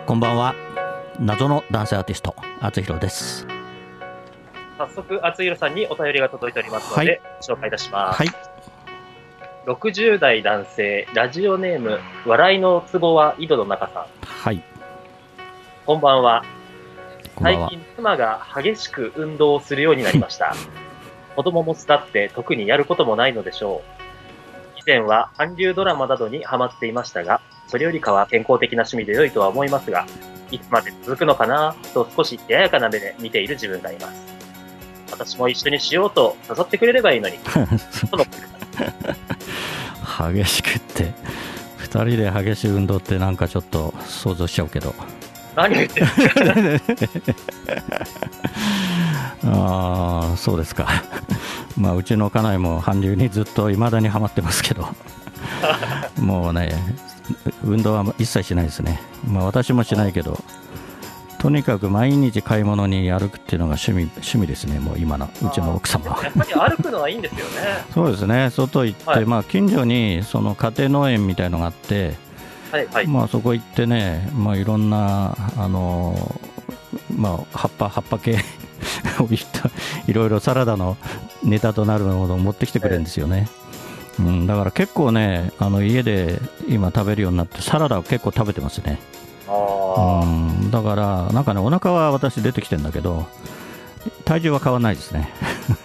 こんばんは。謎の男性アーティスト厚弘です。 早速厚弘さんにお便りが届いておりますので、紹介いたします。60代男性ラジオネーム笑いのツボは井戸の中さん。こんばんは。最近妻が激しく運動をするようになりました。子供も巣立って特にやることもないのでしょう。以前は韓流ドラマなどにハマっていましたが、それよりかは健康的な趣味で良いとは思いますが、いつまで続くのかなと少し冷ややかな目で見ている自分がいます。私も一緒にしようと誘ってくれればいいのに。 激しくって2人で激しい運動ってなんかちょっと想像しちゃうけど、 何言ってるんですか。 ああ、そうですか。まあうちの家内も韓流にずっと未だにハマってますけどもうね、運動は一切しないですね。まあ私もしないけど、とにかく毎日買い物に歩くっていうのが趣味ですね。もう今のうちの奥様はやっぱり歩くのはいいんですよね。 そうですね。外行って、まあ近所にその家庭農園みたいのがあって、まあそこ行ってね、まあいろんなまあ葉っぱ系をいろいろサラダのネタとなるものを持ってきてくれるんですよね。だから結構ね、家で今食べるようになってサラダを結構食べてますね。だからなんかね、お腹は私出てきてるんだけど体重は変わらないですね。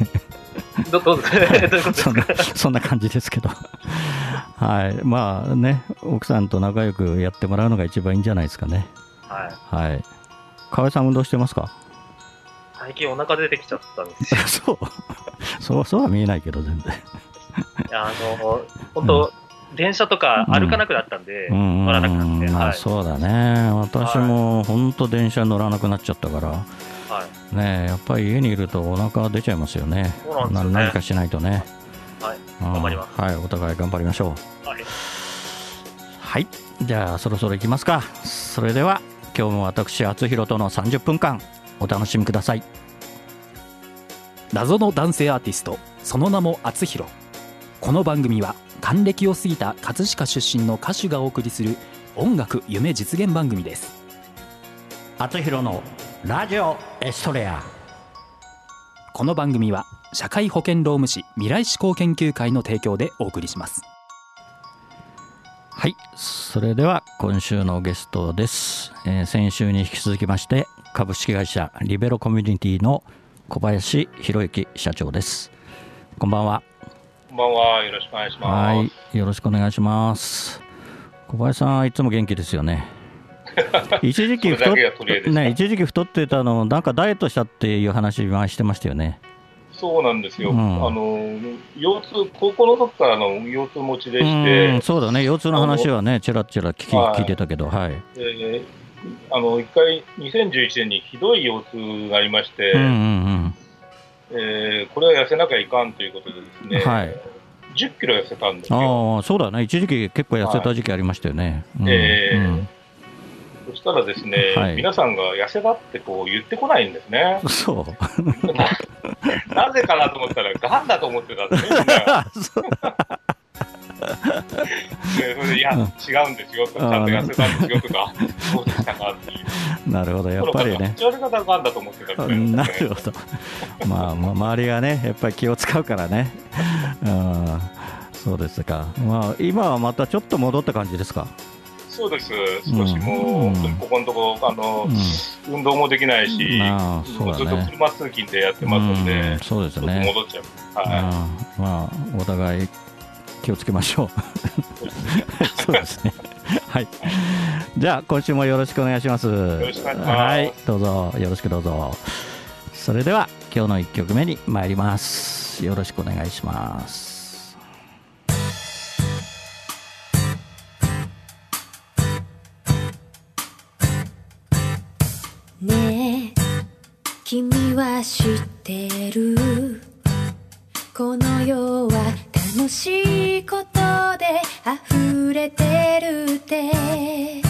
そんな感じですけどはい、まあね、奥さんと仲良くやってもらうのが一番いいんじゃないですかね。はい。河合さん運動してますか？ 最近お腹出てきちゃったんですよ。 そうは見えないけど全然。 本当、電車とか歩かなくなったんで、乗らなくなって。 まあそうだね。私も本当電車乗らなくなっちゃったから、ね、やっぱり家にいるとお腹出ちゃいますよね。何かしないとね。 頑張ります。 はい、お互い頑張りましょう。はい、じゃあそろそろ行きますか。それでは今日も私厚弘との30分間お楽しみください。 謎の男性アーティスト、その名も厚弘。この番組は還暦を過ぎた葛飾出身の歌手がお送りする音楽夢実現番組です。 厚弘のラジオエストレア。 この番組は社会保険労務士未来志向研究会の提供でお送りします。 はい、それでは今週のゲストです。先週に引き続きまして株式会社リベロコミュニティの小林博之社長です。こんばんは。 こんばんは。よろしくお願いします。 はい、よろしくお願いします。小林さんはいつも元気ですよね。一時期太ってたの、なんかダイエットしたっていう話前してましたよね。 そうなんですよ。腰痛、高校の時からの腰痛持ちでして。 そうだね、腰痛の話はね、ちらちら聞いてたけど、一回2011年にひどい腰痛がありまして、これは痩せなきゃいかんということでですね、10キロ痩せたんですよ。 そうだね、一時期結構痩せた時期ありましたよね。 そしたらですね、皆さんが痩せだってこう言ってこないんですね。なぜかなと思ったら、がんだと思ってたんですね。それで、いや、違うんですよと、ちゃんと痩せたんですよとか、そうでしたかっていう。 なるほど、やっぱりね。 口悪方ががんだと思ってたんですね。 なるほど。まあ、周りがね、やっぱり気を使うからね。そうですか。まあ、今はまたちょっと戻った感じですか？ そうです。少しもう、ここのところ、運動もできないし、ずっと車通勤でやってますので、 そうですね。 戻っちゃう。 まあ、お互い気をつけましょう。そうですね。はい。じゃあ、今週もよろしくお願いします。よろしくお願いします。 はい、どうぞ、よろしくどうぞ。それでは、今日の1曲目に参ります。よろしくお願いします。 ねえ、君は知ってる？この世は楽しいことで溢れてるって。ね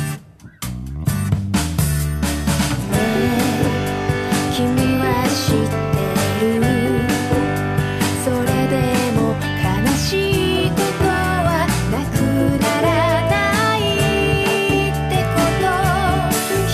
え、君は知ってる？それでも悲しいことはなくならないってこと。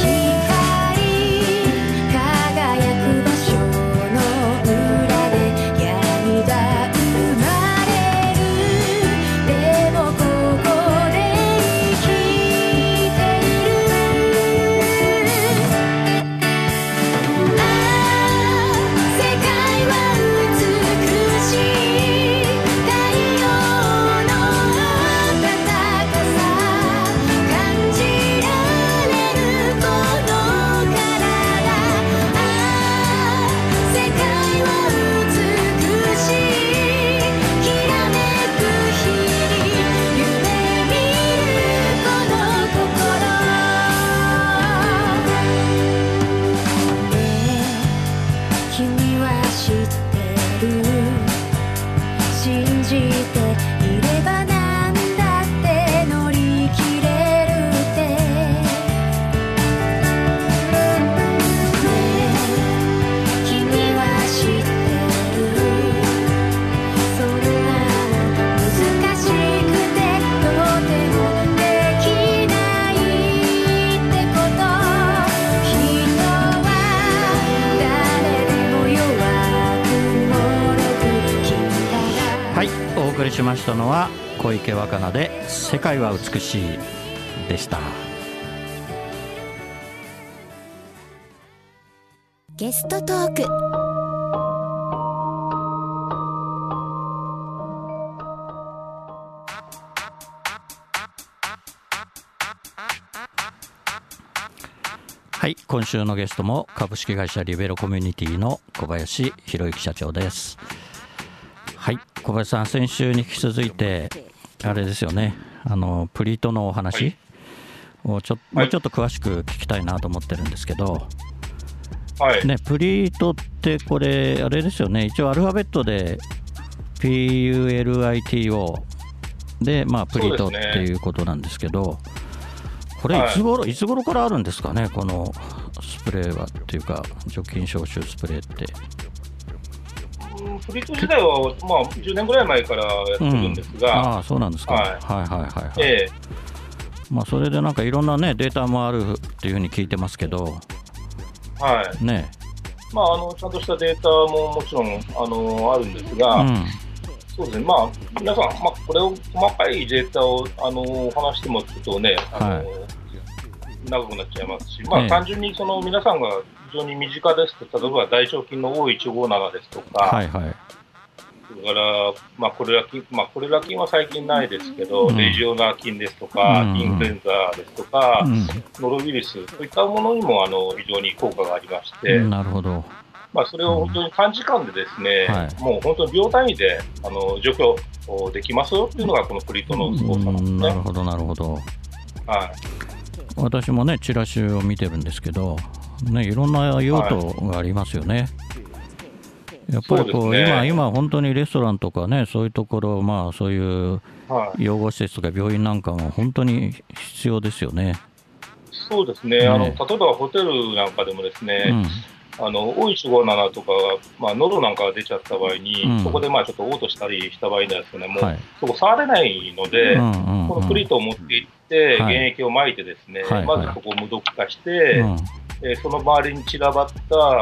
しましたのは小池若菜で世界は美しいでした。 ゲストトーク。 はい、今週のゲストも株式会社リベロコミュニティの小林博之社長です。はい、小林さん、先週に引き続いてあれですよね、プリートのお話をもうちょっと詳しく聞きたいなと思ってるんですけど、ね、プリートってこれあれですよね、一応アルファベットで PULITO で、プリートっていうことなんですけど、これいつ頃からあるんですかね、このスプレーはっていうか除菌消臭スプレーって。 プリート自体は、10年ぐらい前からやってるんですが、 そうなんですか。それでなんかいろんな、ね、データもあるっていうふうに聞いてますけど、ね、 ちゃんとしたデータももちろんあるんですが、そうですね、皆さん、これを細かいデータを話してもちょっとね、長くなっちゃいますし、単純にその皆さんが非常に身近ですと、例えば大腸菌の O157 ですとか、それからコレラ菌は最近ないですけど、レジオネラ菌ですとか、インフルエンザですとか、ノロウイルス、そういったものにも非常に効果がありまして、 なるほど。 それを本当に短時間でですね、もう本当に秒単位で除去できますよっていうのがこのプリートのすごさなんですね。 なるほどなるほど。私もねチラシを見てるんですけど、ね、いろんな用途がありますよね。やっぱりこう、今本当にレストランとかね、そういうところ、そういう養護施設とか病院なんかも本当に必要ですよね。 そうですね。例えばホテルなんかでもですね、O157 とかが、喉なんかが出ちゃった場合に、そこでちょっと嘔吐したりした場合にはですね、もうそこ触れないので、このプリートを持っていって原液を撒いてですね、まずそこを無毒化して、その周りに散らばった、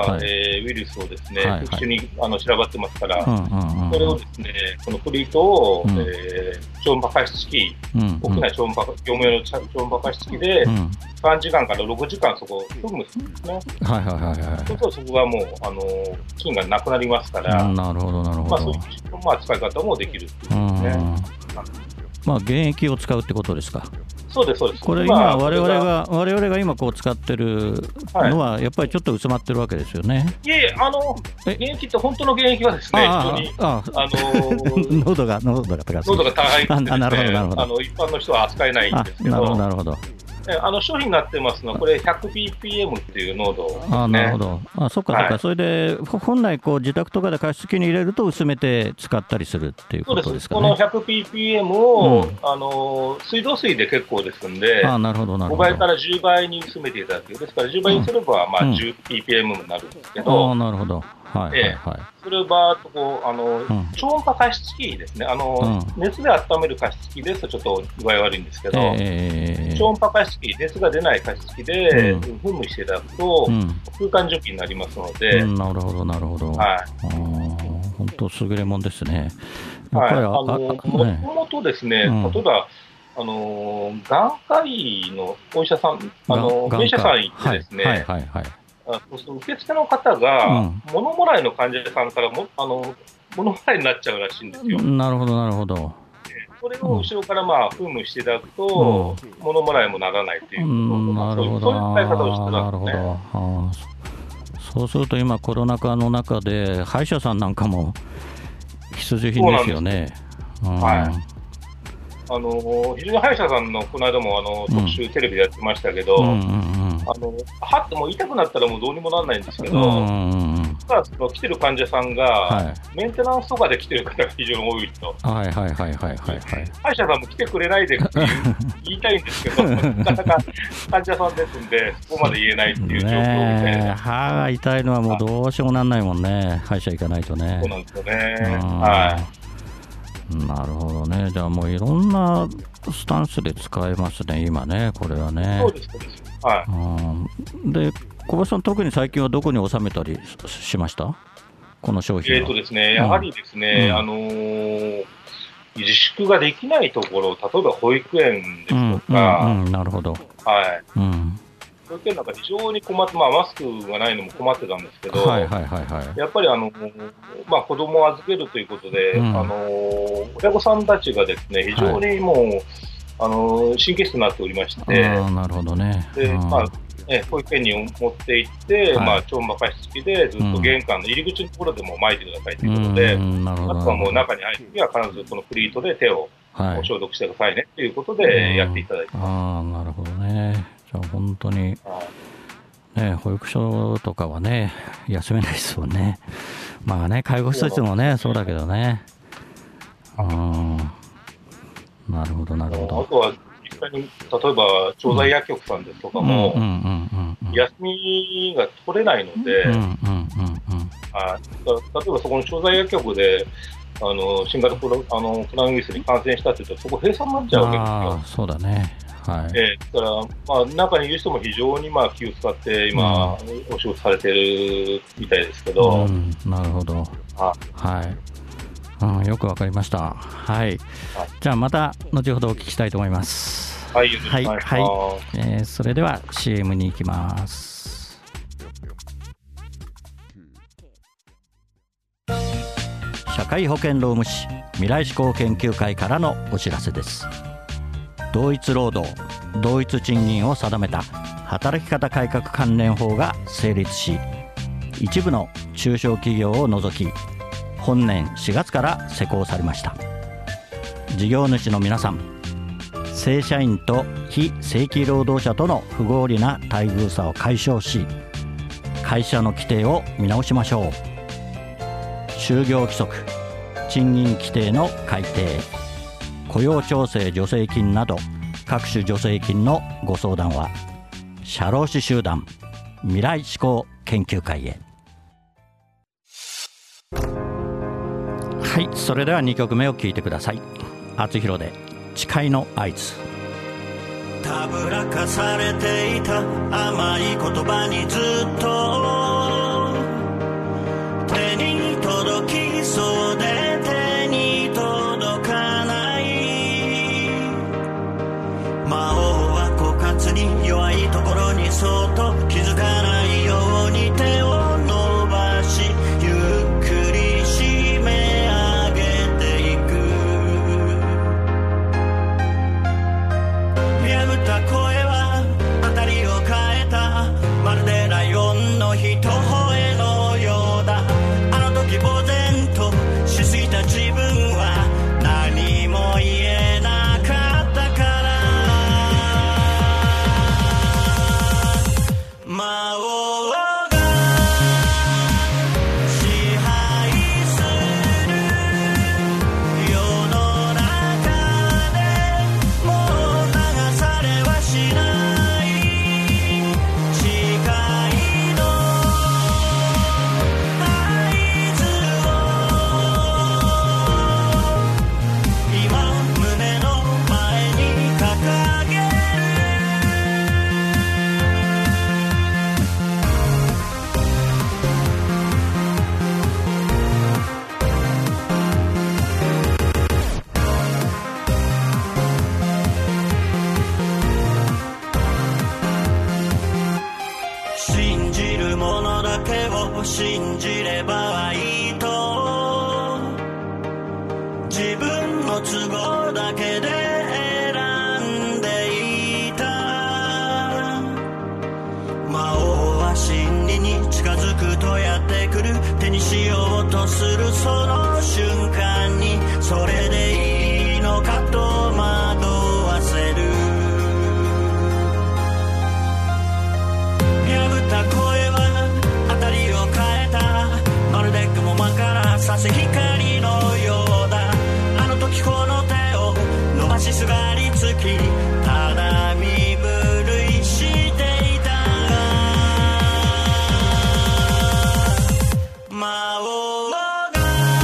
ウイルスをですね、空中に散らばってますから、それをですね、このプリートを、超音波加湿器、大きな業務用の超音波加湿器で、3時間から6時間そこを含むんですね。そうするとそこがもう菌がなくなりますから、 なるほどなるほど。 そういう使い方もできるっていうことですね。 原液を使うってことですか。 そうですそうです。 これ今我々が今こう使ってるのはやっぱりちょっと薄まってるわけですよね。 いえ、原液って本当の原液はですね、 濃度が高いんですね。なるほどなるほど。 一般の人は扱えないんですけど。 なるほどなるほど。 商品になってますのはこれ 100ppm っていう濃度ですね。 なるほど。そっか。それで本来自宅とかで加湿器に入れると薄めて使ったりするっていうことですかね。 この 100ppm を、水道水で結構ですんで、5倍から10倍に薄めていただく。ですから10倍にすれば10ppm になるんですけど。 なるほど。 それをバーッと超音波加湿器ですね。熱で温める加湿器ですとちょっと具合悪いんですけど、超音波加湿器、熱が出ない加湿器で噴霧していただくと、空間除菌になりますので。 なるほどなるほど。本当優れもんですね。 もともとですね、例えば眼科医のお医者さん、お医者さん行ってですね、受付の方が、物もらいの患者さんから物もらいになっちゃうらしいんですよ。 なるほどなるほど。 それを後ろから噴霧していただくと、物もらいもならないということで、そういう使い方をしてたんですね。 そうすると今コロナ禍の中で歯医者さんなんかも必需品ですよね。 非常に歯医者さんのこの間も特集テレビでやってましたけど、歯ってもう痛くなったらもうどうにもならないんですけど、来てる患者さんが、メンテナンスとかで来てる方が非常に多いと。歯医者さんも来てくれないでって言いたいんですけど、なかなか患者さんですんで、そこまで言えないっていう状況みたいな。 歯が痛いのはもうどうしようもなんないもんね、歯医者行かないとね。 そうなんですよね。 なるほどね。じゃあもういろんなスタンスで使えますね、今ね、これはね。 そうです。 で、小林さん、特に最近はどこに収めたりしました？この商品は。 ですね、やはりですね、 自粛ができないところ、例えば保育園ですとか、 なるほど、 はい、保育園なんか非常に困って、マスクがないのも困ってたんですけど、やっぱり子供を預けるということで、親御さんたちがですね、非常にもう、神経質になっておりまして、 なるほどね。 で保育園に持って行って、超音波加湿器でずっと玄関の入り口のところでも巻いてくださいということで、あとはもう中に入るときは必ずこのプリートで手を消毒してくださいねということでやっていただいてます。 なるほどね。じゃあ本当に、保育所とかはね、休めないですもんね。介護施設もね、そうだけどね。なるほど、なるほど。 あとは実際に、例えば調剤薬局さんですとかも、休みが取れないので、例えばそこの調剤薬局で、新型コロナウイルスに感染したというと、そこ閉鎖になっちゃうわけですよ。 そうだね。だから、中にいる人も非常に気を使って、今、お仕事されてるみたいですけど。 なるほど。よくわかりました。じゃあまた後ほどお聞きしたいと思います。それでは CM に行きます。社会保険労務士未来志向研究会からのお知らせです。同一労働同一賃金を定めた働き方改革関連法が成立し、一部の中小企業を除き本年4月から施行されました。事業主の皆さん、正社員と非正規労働者との不合理な待遇差を解消し、会社の規定を見直しましょう。就業規則、賃金規定の改定、雇用調整助成金など各種助成金のご相談は社労士集団未来志向研究会へ。それでは2曲目を聴いてください。厚弘で誓いの合図。 たぶらかされていた甘い言葉にずっと手に届きそうで手に届かない。魔王は枯渇に弱いところにそっと気づかないように手を伸ばし、ゆっくり締め上げていく。破った声は辺りを変えた、まるでライオンの一吠のようだ。あの時呆然としすぎた自分は何も言えなかったから。魔王が支配する世の中でもう流されはしない誓いの合図を今胸の前に掲げる。信じるものだけを信じればいいと自分の都合だけで選んでいた。魔王は真理に近づくとやってくる。手にしようとするその瞬間にそれでいいのかと惑わせる。破った声は辺りを変えた、まるで雲間から差す光のようだ。あの時この手を伸ばしすがりつき、ただ身震いしていた。魔王が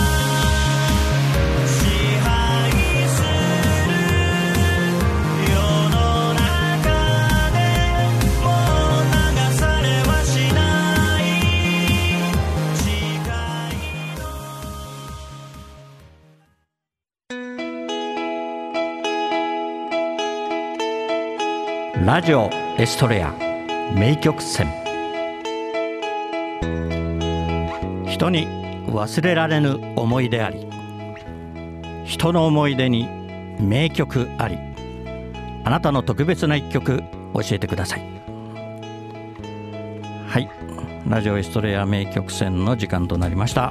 支配する世の中でもう流されはしない誓いの。 ラジオエストレア名曲選。人に忘れられぬ思い出あり、人の思い出に名曲あり。あなたの特別な一曲教えてください。はい、ラジオエストレア名曲選の時間となりました。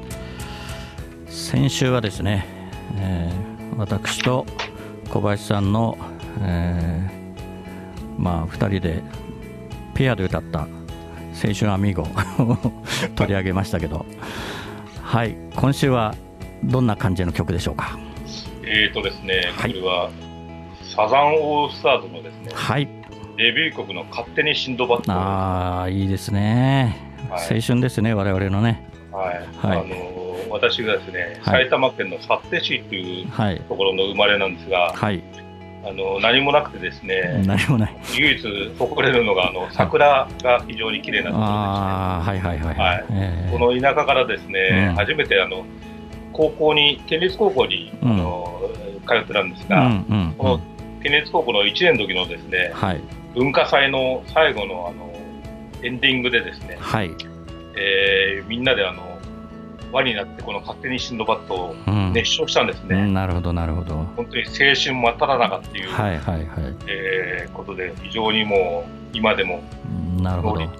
先週はですね、私と小林さんの、2人でペアで歌った青春アミーゴを取り上げましたけど、はい、今週はどんな感じの曲でしょうか。 ですね、これはサザンオールスターズのですね、 はい、 デビュー曲の勝手にシンドバッド。 ああ、いいですね、はい、青春ですね、我々のね。 はい、はい、私がですね、はい、埼玉県の幸手市というところの生まれなんですが、はい、何もなくてですね、 何もない、 唯一誇れるのが桜が非常に綺麗なところですね。この田舎からですね、初めて県立高校に、通ってたんですが、この県立高校の1年の時のですね、はい、文化祭の最後のエンディングでですね、はい、みんなで輪になってこの勝手にシンドバッドを熱唱したんですね。 なるほどなるほど。 本当に青春真っ只中っていう、はいはいはい、ことで非常にもう今でも、 なるほど、はい、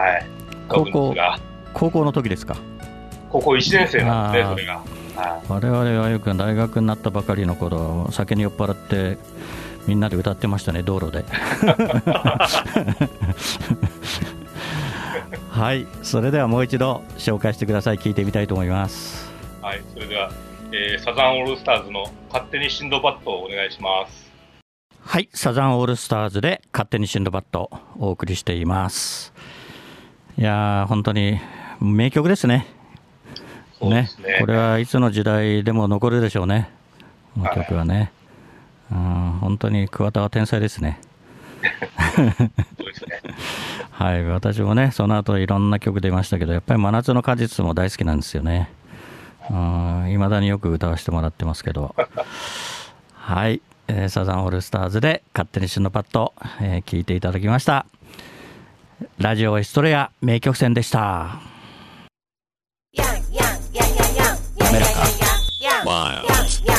高校の時ですか。 高校1年生なんですね、それが。 我々はよく大学になったばかりの頃、酒に酔っ払ってみんなで歌ってましたね、道路で。はい、それではもう一度紹介してください。聞いてみたいと思います。 はい、それでは、サザンオールスターズの勝手にシンドバッドをお願いします。 はい、サザンオールスターズで勝手にシンドバッドをお送りしています。いやー、本当に名曲ですね。そうですね。これはいつの時代でも残るでしょうね、この曲はね。本当に桑田は天才ですね。そうですね。はい、私もね、その後いろんな曲出ましたけど、やっぱり真夏の果実も大好きなんですよね。いまだによく歌わせてもらってますけど。はい、サザンオールスターズで勝手にシンドバッド、聴いていただきました。ラジオエストレア名曲選でした。滑らかワイルド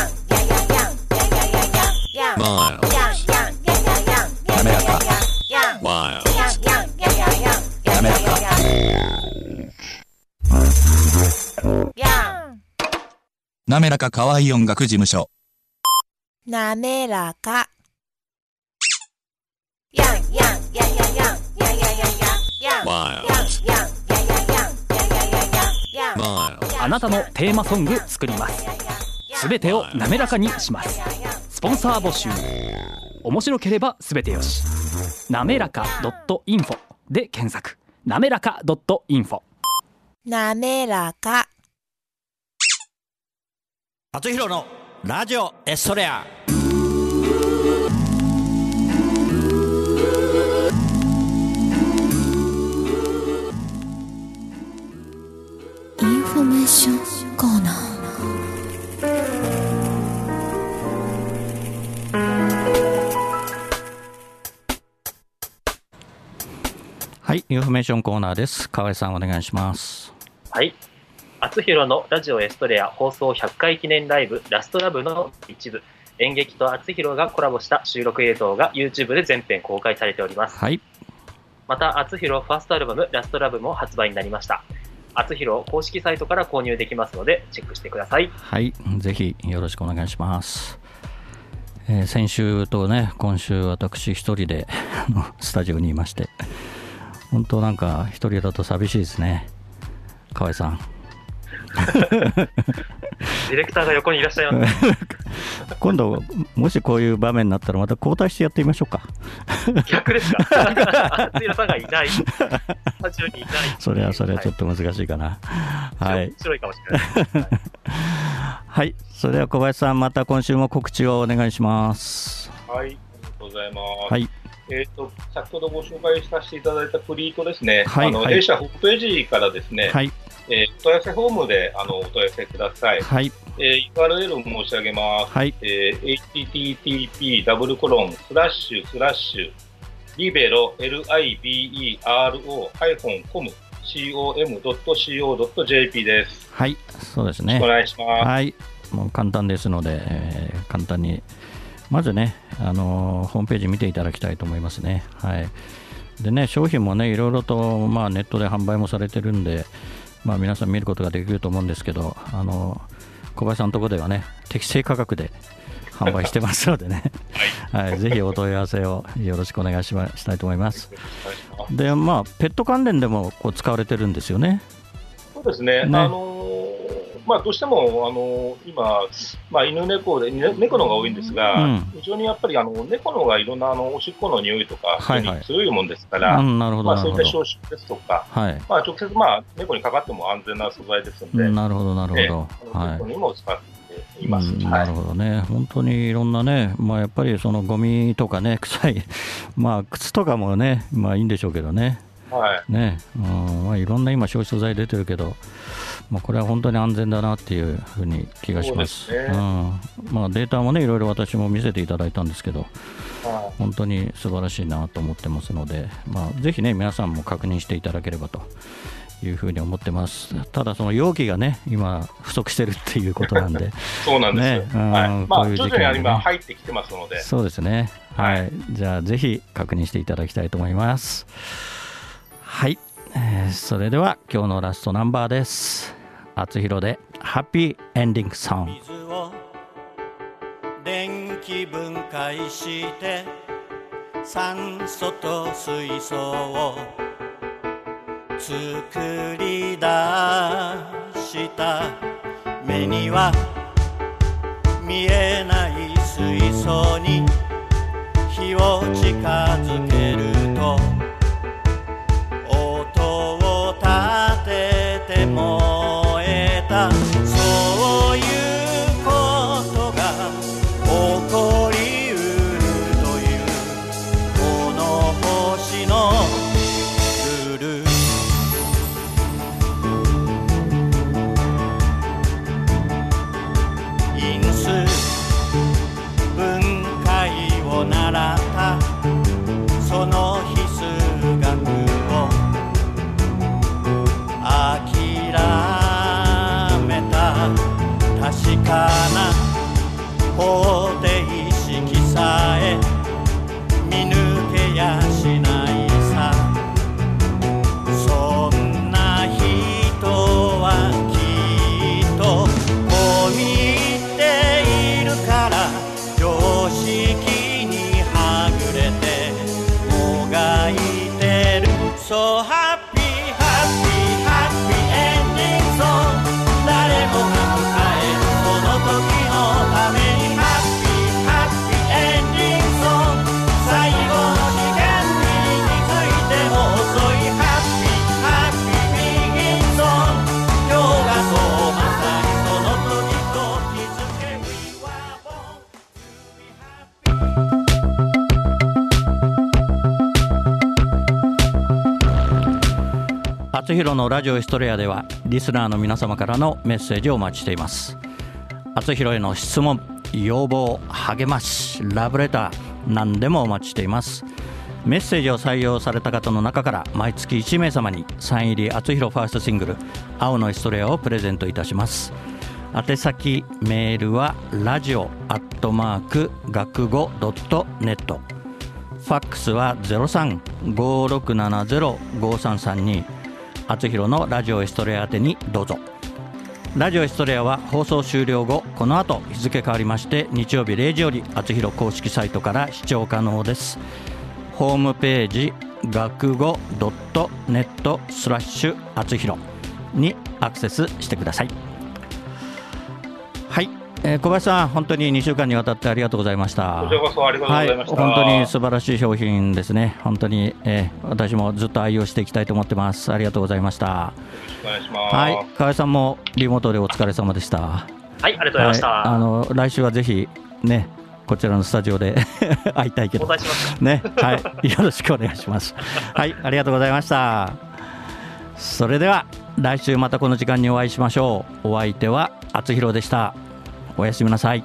滑らかワイルド滑らか滑らかかわいい音楽事務所滑らかあなたのテーマソング作ります。すべてを滑らかにします。スポンサー募集。面白ければすべてよし。なめらか .info で検索。なめらか .info。 なめらかあつひろのラジオエストレア。 インフォメーションコーナー。 はい、インフォメーションコーナーです。河合さんお願いします。 はい、あつひろのラジオエストレア放送100回記念ライブラストラブの一部、演劇とあつひろがコラボした収録映像が YouTube で全編公開されております。 はい、 またあつひろファーストアルバムラストラブも発売になりました。あつひろ公式サイトから購入できますのでチェックしてください。 はい、ぜひよろしくお願いします。先週とね、今週私一人でスタジオにいまして、本当なんか一人だと寂しいですね、河合さん。 ディレクターが横にいらっしゃいます、ね、 今度もしこういう場面になったらまた交代してやってみましょうか。 逆ですか。あつひろさんがいない、スタジオにいない。 それはちょっと難しいかな。はい、 面白いかもしれない。 はい、それでは小林さん、また今週も告知をお願いします。 はい、ありがとうございます。 はい、 先ほどご紹介させていただいたプリートですね、 はい、 弊社ホームページからですね、 はい、 問い合わせフォームでお問い合わせください。 はい。 URL を申し上げます。 はい。 http://libero.com/com.co.jp です。 はい、そうですね。 お願いします。 はい、もう簡単ですので、簡単にまずね、ホームページ見ていただきたいと思いますね。はい。でね、商品もね、いろいろと、ネットで販売もされてるんで、皆さん見ることができると思うんですけど、小林さんのところではね、適正価格で販売してますのでね、はい、ぜひお問い合わせをよろしくお願いしたいと思います。で、ペット関連でも使われてるんですよね。 そうですね。どうしても今、犬猫で猫の方が多いんですが、非常にやっぱり猫の方がいろんなおしっこの匂いとか非常に強いもんですから、そういった消臭ですとか、直接猫にかかっても安全な素材ですので、 なるほどなるほど、 猫にも使っています。 なるほどね。本当にいろんなね、やっぱりそのゴミとかね、臭い靴とかもね、いいんでしょうけどね。ね、いろんな今消臭剤出てるけど、これは本当に安全だなっていうふうに気がします。データもね、いろいろ私も見せていただいたんですけど、本当に素晴らしいなと思ってますので、ぜひね、皆さんも確認していただければというふうに思ってます。ただその容器がね、今不足してるっていうことなんでそうなんですね。こういう徐々に今入ってきてますので。 そうですね。はい。じゃあぜひ確認していただきたいと思います。はい、それでは今日のラストナンバーです。あつひろでハッピーエンディングソング。 水を電気分解して酸素と水素を作り出した目には見えない水素に火を近づけると燃えた、そういうことが起こりうるというこの星のルール。因数分解を習ったその必須学を確かな方程式さえ見抜けやしないさ。そんな人はきっとこう見ているから常識にはぐれてもがいてる。そうハッピーハッピーハッピーエンディングソング。誰もがその時のためにハッピーハッピーエンディングソング。最後の時間に気づいても遅いハッピーハッピービギンソング。今日がそうまさにその時と気づけ We were born to be happy。あつひろのラジオヒストレアではリスナーの皆様からのメッセージをお待ちしています。あつひろへの質問、要望、励まし、ラブレター、何でもお待ちしています。メッセージを採用された方の中から毎月1名様にサイン入りあつひろファーストシングル青のヒストレアをプレゼントいたします。宛先メールはラジオ学語.net、 ファックスは 03-5670-5332、 あつひろのラジオヒストレア宛てにどうぞ。ラジオヒストレアは放送終了後、この後日付変わりまして日曜日0時よりあつひろ公式サイトから視聴可能です。ホームページ学語.net/あつひろにアクセスしてください。はい、小林さん、本当に2週間にわたってありがとうございました。 こちらこそありがとうございました。 本当に素晴らしい商品ですね。本当に、私もずっと愛用していきたいと思ってます。ありがとうございました。よろしくお願いします。 はい、河合さんもリモートでお疲れ様でした。 はい、ありがとうございました。 来週はぜひね、こちらのスタジオで会いたいけどね、はい、よろしくお願いします。はい、ありがとうございました。それでは来週またこの時間にお会いしましょう。お相手は厚弘でした。おやすみなさい。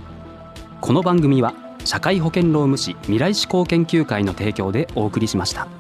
この番組は社会保険労務士未来志向研究会の提供でお送りしました。